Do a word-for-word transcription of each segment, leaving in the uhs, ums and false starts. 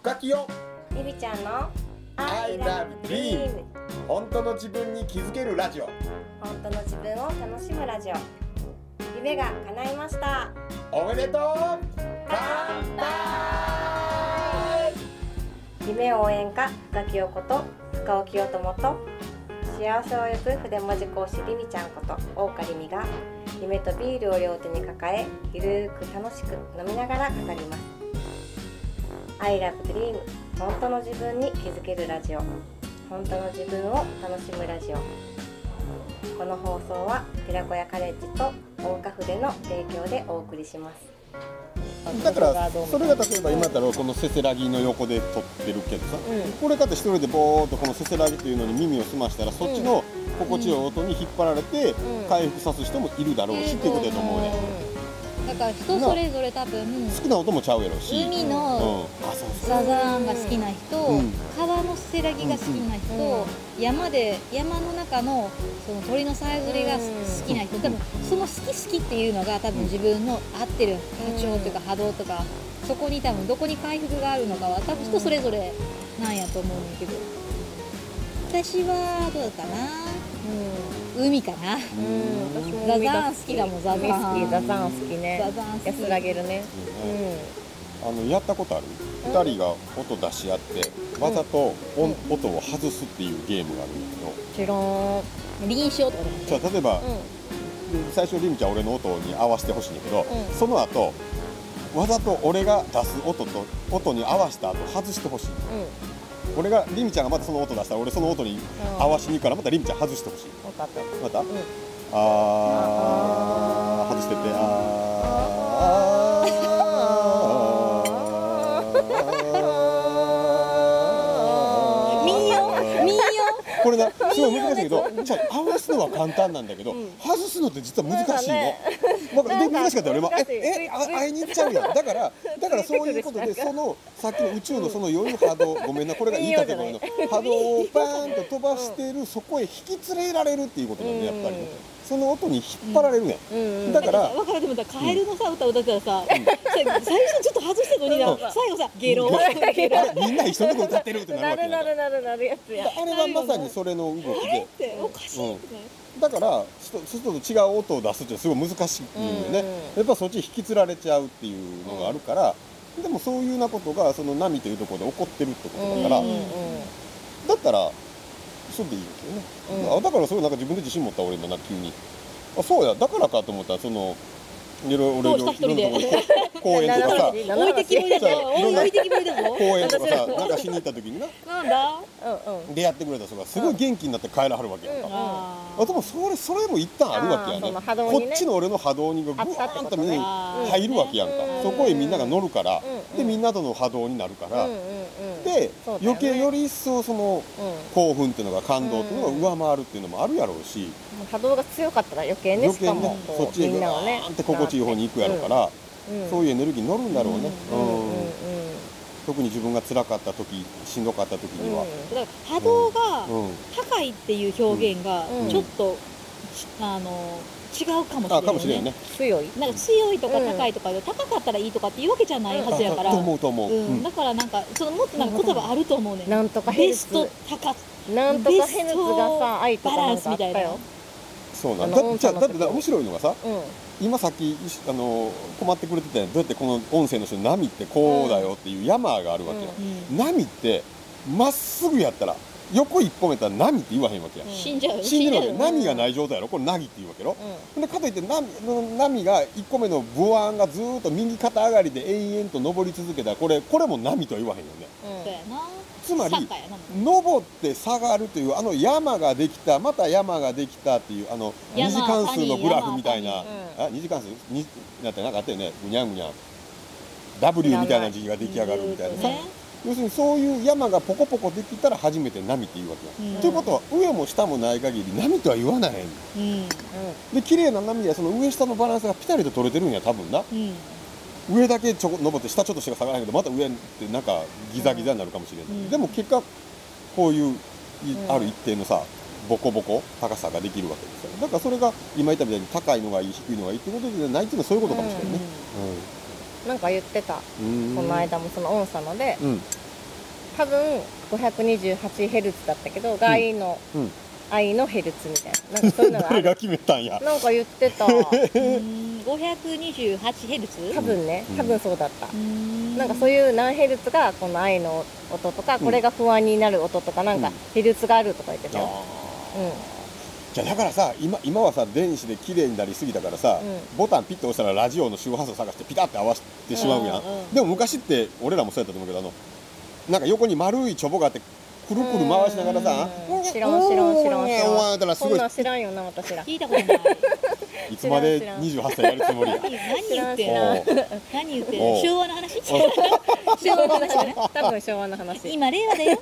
深きよゆりちゃんの I love dream 本当の自分に気づけるラジオ。 本当の自分を楽しむラジオ。夢が叶いました。 おめでとう。乾杯。 夢応援歌深きよこと深尾清友と幸せを呼ぶ筆文字講師りみちゃんこと大岡りみが夢とビールを両手に抱えゆるく楽しく飲みながら語ります。 I love dream 本当の自分に気づけるラジオ。本当の自分を楽しむラジオ。この放送は寺子屋カレッジと大岡筆の提供でお送りします。 だからそれが例えば今だったらこのせせらぎの横で撮ってるけどさ、うん、これかって一人でボーっとこのせせらぎというのに耳を澄ましたら、そっちの心地よい音に引っ張られて回復さす人もいるだろうしっていうことだと思うね。 だから人それぞれ多分好きな音もちゃうやろし、 海のサザーンが好きな人、うん、川のせせらぎが好きな人、うんうん、山で山の中のその鳥のさえずりが好きな人、多分その好き好きっていうのが多分自分の合ってる波長というか波動とか、そこに多分どこに回復があるのかは多分人それぞれなんやと思うんだけど、私はどうかな、うん、海かな、うん、ザザーン好きだもん。ザザーンザザーン好きね。 ザザーン好き。 安らげるね、 うん、あのやったことある？ふたりが音出し合ってわざと音、うん、音を外すっていうゲームがあるんだけど、 知らん。 臨床とかね。 じゃあ例えば、うん、最初りみちゃん俺の音に合わせてほしいんだけど、うん、その後わざと俺が出す音と音に合わせた後外してほしい、うん、俺がりみちゃんがまたその音出したら俺その音に合わしに行くからまたりみちゃん外してほしい。 分かった。 また、うん、あー外してて、あーこれな、すごい難しいけど、じゃあ合わすのは簡単なんだけど、うん、外すのって実は難しいの。ね、難しかったよ俺も。え、え、会いに行っちゃうやん。だから、だからそういうことで、そのさっきの宇宙のその良い波動、ごめんな、これが言いたけどの波動をバーンと飛ばしている、そこへ引き連れられるっていうことなんで、やっぱりね。その音に引っ張られるね、うんうん、だから分かる。でもさ、カエルのさ、うん、歌歌ったらさ、うん、最初ちょっと外してるのにな、うん、最後さゲロゲロみんな一緒のとこ歌ってるってなるわけなるなるなるなるやつや。 あれはまさにそれの動きで、 おかしい、うん、 だからそうすると違う音を出すってすごい難しいよね、うんうん、やっぱそっち引きつられちゃうっていうのがあるから、うん、でもそういうようなことがその波というところで起こってるってことだから、うんうんうん、だったらそれでいいですよね、うん、だからそれなんか自分で自信持った俺もな急に。あ、そうや、だからかと思ったら、そのいろいろいろ公園とかさ、 置いてきぼりだぞ、置いてきぼりだぞ、 公園とかさ、なんかしに行った時にな、 なんだ、 出会ってくれた人がすごい元気になって帰らはるわけやんか。あ、でもそれそれも一旦あるわけやね。こっちの俺の波動にがぐわーんとみんなに入るわけやんか。そこへみんなが乗るから、でみんなとの波動になるから、で余計より一層その興奮っていうのが感動っていうのが上回るっていうのもあるやろうし、 波動が強かったら余計ね、しかもそっちへぐわーんって心地いい方に行くやろうから、そういうエネルギーに乗るんだろうね。特に自分が辛かった時、しんどかった時には、 だから波動が高いっていう表現がちょっとあの違うかもしれないね。 かもしれないね。 強い、なんか強いとか高いとかで、高かったらいいとかっていうわけじゃないはずやから。 と思うと思う。 だからなんかそのもっとなんか言葉あると思うね。 なんとかヘルツ、 ベスト高、 なんとかヘルツがさ、愛とかなんかあったよ。 そうなんだ。だってだって面白いのがさ、今さっきあの困ってくれてたやん。どうやってこの音声の人波ってこうだよっていう山があるわけよ。波ってまっすぐやったら。横一歩目たら波って言わへんわけや、うん、 死んじゃう死んでるわけ、うん、波がない状態やろ、これ凪って言うわけよ、うん、でかといって波波がいっこめのブワーンがずーっと右肩上がりで延々と登り続けたらこれこれも波とは言わへんよね、 うん、 つまり登って下がるというあの山ができたまた山ができたっていうあの二次関数のグラフみたいな、うん、あ二次関数になんてなんかあったよね、ぐにゃんぐにゃん W みたいな字が出来上がるみたいなさ、要するにそういう山がポコポコできたら初めて波っていうわけや、うん、ということは上も下もない限り波とは言わないへん、うん、で綺麗な波はその上下のバランスがピタリと取れてるんや多分な、うん、上だけちょこ登って下ちょっとしか下がらないけどまた上ってなんかギザギザになるかもしれない、うん、でも結果こういう、うん、ある一定のさボコボコ高さができるわけですよ。だからそれが今言ったみたいに高いのがいい低いのがいいってことでないっていうのはそういうことかもしれないね、 うんうん、なんか言ってた、この間もその音差ので、うん、 多分 ごひゃくにじゅうはちヘルツ だったけど、外のうん愛のヘルツみたいな、なんかそういうのがある誰が決めたんや。 なんか言ってたうん ごひゃくにじゅうはちヘルツ？ 多分ね、多分そうだった、 うんなんかそういう何ヘルツがこの愛の音とか、これが不安になる音とか、なんかヘルツがあるとか言ってたよ。うんじゃあだからさ、今今はさ電子で綺麗になりすぎたからさ、 うんボタンピッと押したらラジオの周波数を探してピタッて合わせてしまうやん、 うんうんでも昔って俺らもそうやったと思うけど、あのなんか横に丸いチョボがあってくるくる回しながらさ、 うん知らん知らん知らん知らんお前だからすそんごいなん知らんよな私ら。 聞いたことないいつまで知らん知らんにじゅうはっさいやるつもりや。 何言ってん知らんのおう何言ってんおうの昭和の話昭和の話ね、多分昭和の話。 今令和だよ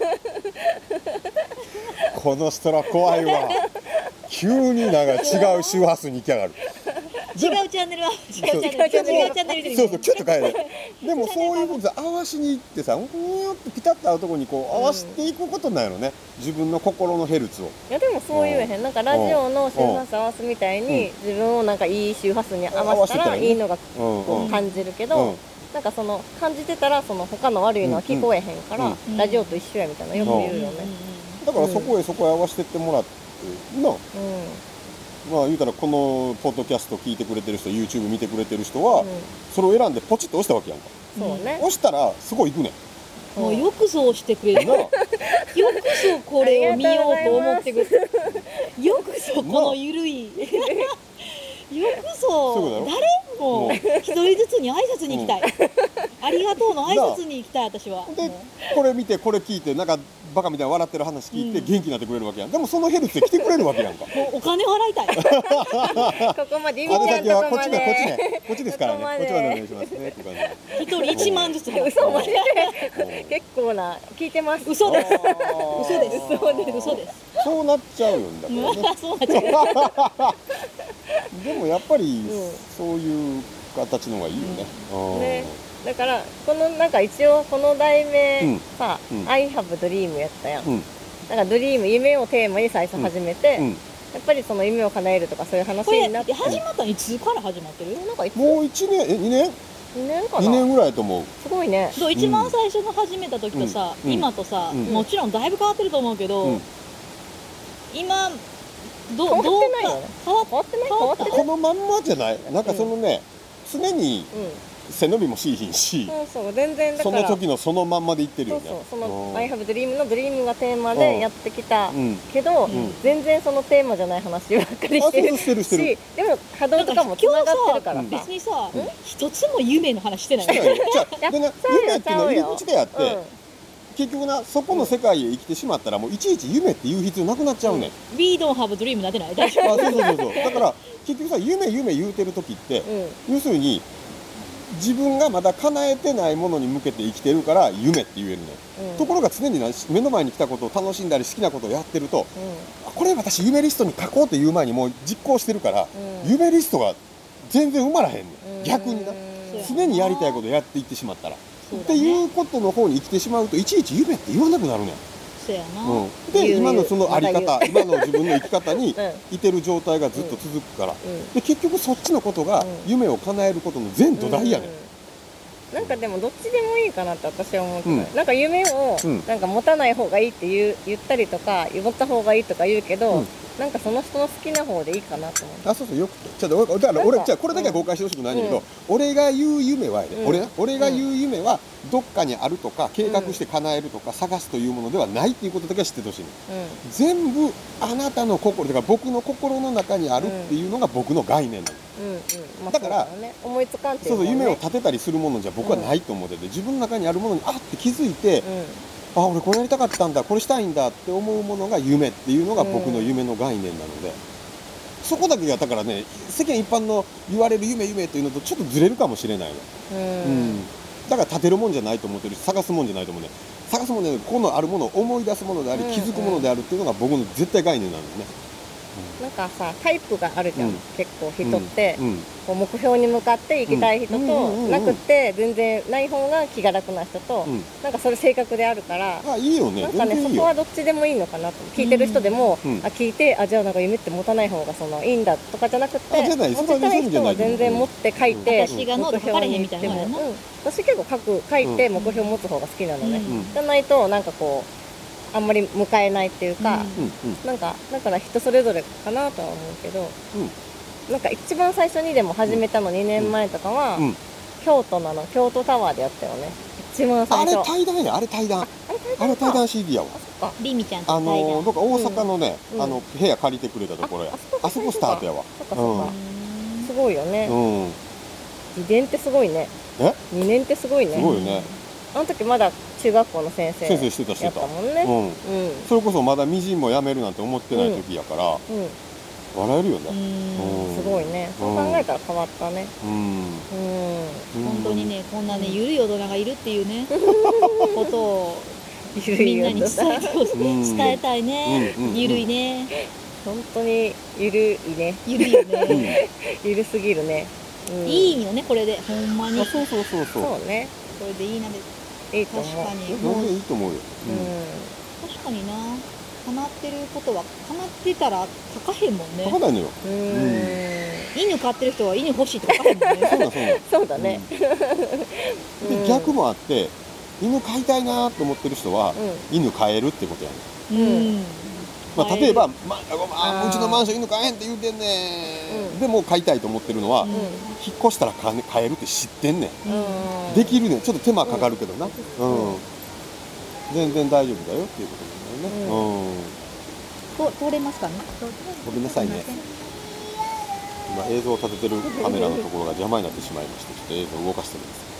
この人ら怖いわ。急になんか違う周波数に行きやがる。 違うチャンネルは違うチャンネル違うチャンネル違うチャンネルでそうそう、キュッと変える。でもそういうことで合わしに行ってさ、ニューってピタッと合うところにこう合わせていくことなんやろね。自分の心のヘルツを。 いやでもそう言えへん、なんかラジオの周波数合わすみたいに自分をなんかいい周波数に合わせたらいいのがうんう。 こうん感じるけうんど、なんかその感じてたらその他の悪いのは聞こえへんから、 うんラジオと一緒やみたいなよく言うよね。 だからそこへそこへ合わせてってもらってな。 うんまあ言うたらこのポッドキャスト聞いてくれてる人、 YouTube 見てくれてる人は、 うんそれを選んでポチッと押したわけやんか。 そうね。 押したらすごい行くねん。 もうよくそうしてくれるなあよくそうこれを見ようと思ってくれるよくそうこのゆるいよくそういうことそうだろ誰も一人ずつに挨拶に行きたいありがとうの挨拶に行きたい私はでもこれ見てこれ聞いてなんかバカみたいな笑ってる話聞いてうん元気になってくれるわけやん。でもそのヘルツで来てくれるわけやんか。 うもうお金払いたいここまで、ゆみあのちゃん先はこっちとこまで。 ねこっちねこっちですからね。 ここまでこっちまでお願いしますねっていう感じで。 一人一万ずつ払う嘘までうん結構な聞いてます。 嘘ですあー嘘です嘘です嘘ですそうなっちゃうんだからね。 まあそうなっちゃうでもやっぱりうんそういう形の方がいいよね。うんねだからこのなんか一応この題名、 うんさ、 うん I have dream やったやん。 うんなんかドリーム夢をテーマに最初始めて、 うん。 やっぱりその夢を叶えるとかそういう話これになって、 始まったのいつから始まってるなんかいつもう一年え二年にねんかな。 二年ぐらいだと思う。 すごいね。 そう一番最初の始めた時とさ、 うん今とさ、 うんもちろんだいぶ変わってると思うけど、 うん今ど変わってどうないよね変わっ変わってない変わった変わってる。 このまんまじゃない。なんかそのね常に背伸びもしいひんし。 うん、そうそう全然だそから。 の時のそのまんまでいってるよね。 そうそうそのうん I have dream のドリームがテーマでやってきたうん。 けど、 ん全然そのテーマじゃない話ばっかりあ、 してるそうそうしてるしてる。 し、でも波動とかもつながってるからうんさ。 別にさ、 うん一つも夢の話してない違うよじゃあでねちゃうよ夢っていうのは入り口であって、 うん結局なそこの世界へ生きてしまったらもういちいち夢って言う必要なくなっちゃうねん。 We don't have dream なってない大丈あ、そうそうそうそう。だから結局さ夢夢言うてる時って、 うん要するに自分がまだ叶えてないものに向けて生きてるから夢って言えるねん。 うんところが常にな目の前に来たことを楽しんだり好きなことをやってると、 うあこれ私夢リストに書こうっていう前にもう実行してるから、 うん夢リストが全然埋まらへんねんん。逆にな。 うん常にやりたいことやっていってしまったら、 そうだねっていうことの方に生きてしまうといちいち夢って言わなくなるねん。 そうやな、 うん、で言う今のそのありま方、 た今の自分の生き方にうんいてる状態がずっと続くから、 うんで結局そっちのことがうん夢を叶えることの全土台やねん。 うんなんかでもどっちでもいいかなって私は思ってた、 うんなんか夢をうんなんか持たない方がいいって言う言ったりとか持った方がいいとか言うけど、 うんなんかその人の好きな方でいいかなと思って。 あ、そうそう、よくちょっと俺だから俺なんかじゃあこれだけは誤解してほしくないんだけど、 うん俺が言う夢はやで、 うん俺な俺が言う夢はどっかにあるとか計画して叶えるとか探すというものではないっていうことだけは知っててほしいね。 う全部あなたの心だから僕の心の中にあるっていうのが僕の概念なの。 んうんうん、まあ、 だからそうね、思いつかんっていそううそう、 もんね夢を立てたりするものじゃ僕はないと思ってて、自分の中にあるものにあって気づいて、 うあ、俺これやりたかったんだ、これしたいんだって思うものが夢っていうのが僕の夢の概念なので、そこだけがだからね、世間一般の言われる夢夢っていうのとちょっとずれるかもしれないの。 んうんうんだから立てるもんじゃないと思ってるし、探すもんじゃないと思うね。探すもんじゃない、このあるものを思い出すものであり、 うん気づくものであるっていうのが僕の絶対概念なんですね。 なんかさタイプがあるじゃん、 うん結構人って、 うんうんこう目標に向かって行きたい人と、 うんうんうんうんなくって全然ない方が気が楽な人と、 うんなんかそれ性格であるから、 あ、いいよね。 なんかね全然いいよ。 そこはどっちでもいいのかなと聞いてる人でも、 うんあ聞いてあじゃあなんか夢って持たない方がそのいいんだとかじゃなくて、 あじゃない持ちたい人は全然持って書いて、 私がノート書かれへんみたいなのやな、 うん、私結構書く書いてうん目標持つ方が好きなのね、 うんじゃないとなんかこうあんまり迎えないっていうか、 うんうんうんなんかだから人それぞれかなとは思うけど、 うんなんか一番最初にでも始めたのにねんまえとかは、 うん。 京都なの京都タワーでやったよね一番あ最初れ対談や、あれ対談。あれ対談 シーディー やわ。 そっかりみちゃんとあ対談のどっか大阪のね、 うんあの部屋借りてくれたところや。 ああそこスタートやわ。 そっかそっか、 うんすごいよね、 うん。 にねんってすごいねえ？ にねんってすごいねすごいよね。 あの時まだ中学校の先生先生してたしてやったた。 もんねうん。 うんそれこそまだみじんも辞めるなんて思ってない時やから、 うん笑えるよね。 うんすごいねそう考えたら変わったねうん。 うん本当にねこんなねゆるい大人がいるっていうねことをゆるいよみんなに伝えてほしいうん伝えたいね、 うんうんゆるいね本当にゆるいねゆるいようん。 ね、 ゆるすぎるね、うん、 いいよねこれでほんまにあ、そうそうそうそう。 そうねこれでいいなでいいと思う確かに全然いいと思うよ。 う確かにな叶ってることは叶ってたら書かへんもんね書かないのよ。 んうん犬飼ってる人は犬欲しいって書かへんもんねそうだそうだ。 そうだね、 で逆もあって犬飼いたいなと思ってる人は、犬飼えるってことやね、 うん、 まあ、例えば、まあ、ああーうちのマンション犬飼えへんって言うてんねん、 うんでも飼いたいと思ってるのは、 うん引っ越したら飼え飼えるって知ってんねん、 うんできるねんちょっと手間かかるけどな、うん全然大丈夫だよっていうことだよね、うんと通れますかねごめんなさいね今映像を立ててるカメラのところが邪魔になってしまいましてちょっと映像を動かしてるんです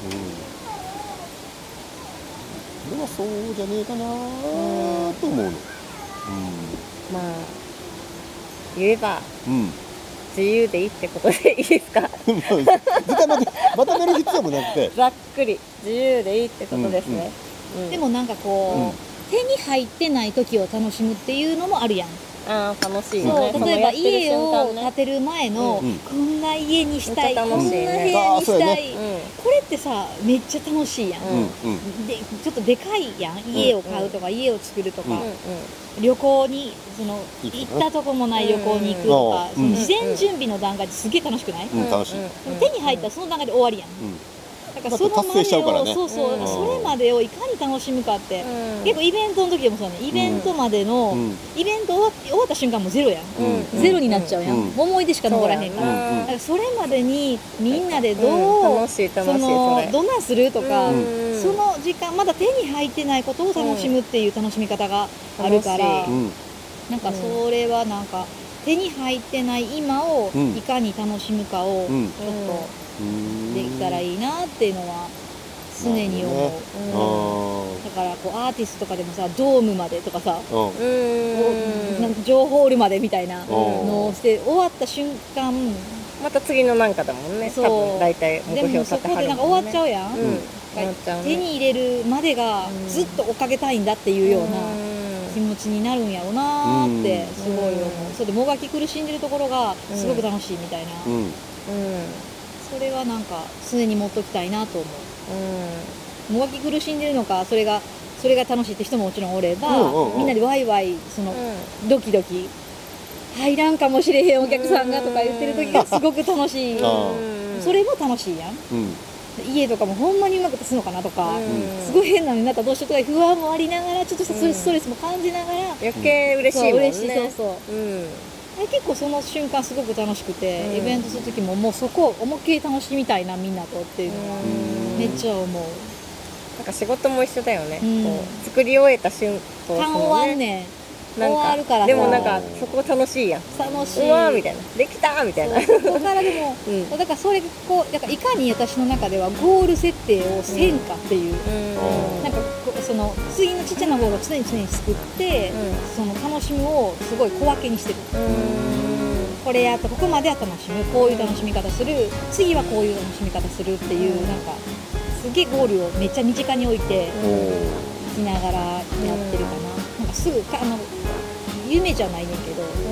けど、うん、これはそうじゃねえかなと思うのまあ言えばうん、うん自由でいいってことでいいですか絶対まとまとめる必要もなくて、 ざっくり自由でいいってことですね、うんでもなんかこう、 うん手に入ってない時を楽しむっていうのもあるやん、 ああ楽しいそうね例えば家をそのやってる瞬間ね建てる前の、 うんこんな家にしたい、 めっちゃこんな部楽しいね屋にしたい、 うこれってさめっちゃ楽しいやん、 ううんうんでちょっとでかいやん家を買うとか、家を作るとか、 うんんうん旅行にその行く行ったとこもない旅行に行くとか、 うんうんその事前準備の段階ってすげえ楽しくない、 うん楽しいでも手に入ったらその段階で終わりやん、 うんだからそのまだって達成しちゃうからねでをそうそう、 うんだからそれまでをいかに楽しむかって、 うん結構イベントの時でもそうねイベントまでの、 うんイベント終わ終わった瞬間もうゼロやん、 うんゼロになっちゃうやん、 うん思い出しか残らへんから、 そうやなだからそれまでにみんなでどう、 うん楽しい楽しいそのそれどんなんするとか、 うんその時間まだ手に入ってないことを楽しむっていう楽しみ方があるから、 楽しうんなんかそれはなんか手に入ってない今をうんいかに楽しむかをちょっうんとうんできたらいいなっていうのは常に思う、 なるほだからこうアーティストとかでもさドームまでとかさ、 どねうんなん情報ホールまでみたいなうんのをして終わった瞬間また次のなんかだもんねそう多分大体目で標立もそこてはるもんねでなんか終わっちゃうやん、 うんうん終わっちゃうね手に入れるまでがうんずっと追っかけたいんだっていうような気持ちになるんやろうなーってすごい思う、 うんそれでもがき苦しんでるところがすごく楽しいみたいな、 うんうんうんうんそれはなんか常に持っときたいなと思うもがき苦しんでるのかそれがそれが楽しいって人ももちろんおれば、 うんうんうんみんなでワイワイその、ドキドキ入らんかもしれへんお客さんがとか言ってる時がすごく楽しい、 あそれも楽しいやんうん家とかもほんまにうまく立つのかなとか、 うんすごい変なのになったらどうしようとか不安もありながらちょっとしたストレスストレスも感じながら、 余計嬉しいもんねそう嬉しいそうそううんあれ結構その瞬間すごく楽しくて、 うんイベントする時ももうそこを思いっきり楽しみたいなみんなとっていうのはうんめっちゃ思うなんか仕事も一緒だよね、 うんこう作り終えた瞬間単終わんねんなん終わるからさでもなんかそこ楽しいやん楽しい、 うわーみたいなできたーみたいなそうそこからでもうんだからそれこうだからいかに私の中ではゴール設定をせんかっていう、 うんなんかこうその次のちっちゃなゴールを常に常に作って、その楽しむをすごい小分けにしてるこれやっとここまでは楽しむこういう楽しみ方する次はこういう楽しみ方するっていう、 うんなんかすげえゴールをめっちゃ身近に置いておーいきながらやってるかな、なんかすぐかあの夢じゃないねんけど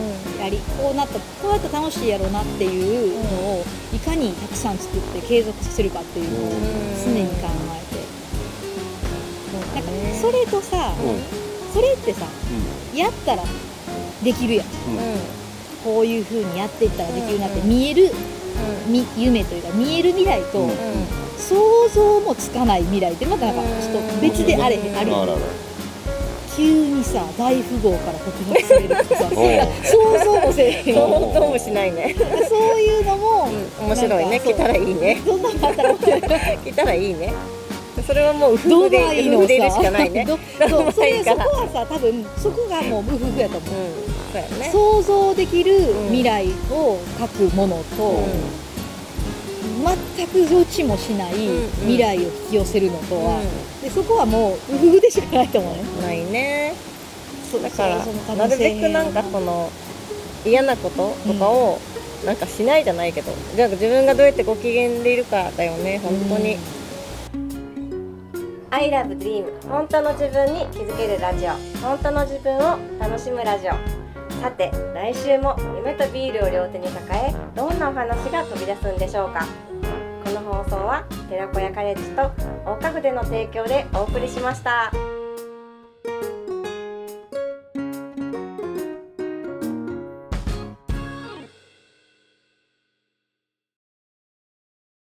やりこうなったこうやったら楽しいやろうなっていうのをいかにたくさん作って継続させるかっていうのを常に考えて、なんかそれとさ、それってさ、やったらできるやん、こういう風にやっていったらできるなって見える、み夢というか見える未来と、想像もつかない未来ってまたなんかちょっと別であれへん、あるよね。急にさ大富豪から告白されるとかさ想像もせえへん、 想像もしないね。 そういうのも、 うん、面白いね。来たらいいね。 そんなのあったら面白い来たらいいね。それはもう夫婦で夫婦でいるしかないね。 そうそれそこはさ多分そこがもう夫婦やと思う、うん、 そうやね。 想像できる未来を書くものと、うん、全く予知もしない未来を引き寄せるのとは、うん、でそこはもう夫婦でしかないと思うね。 ないね。だからなるべくなんかその嫌なこととかをなんかしないじゃないけど、うん、じゃあ自分がどうやってご機嫌でいるかだよね、本当に。I love dream 本当の自分に気づけるラジオ、本当の自分を楽しむラジオ。さて来週も夢とビールを両手に抱え、どんなお話が飛び出すんでしょうか。この放送は寺子屋カレッジと大家具での提供でお送りしました。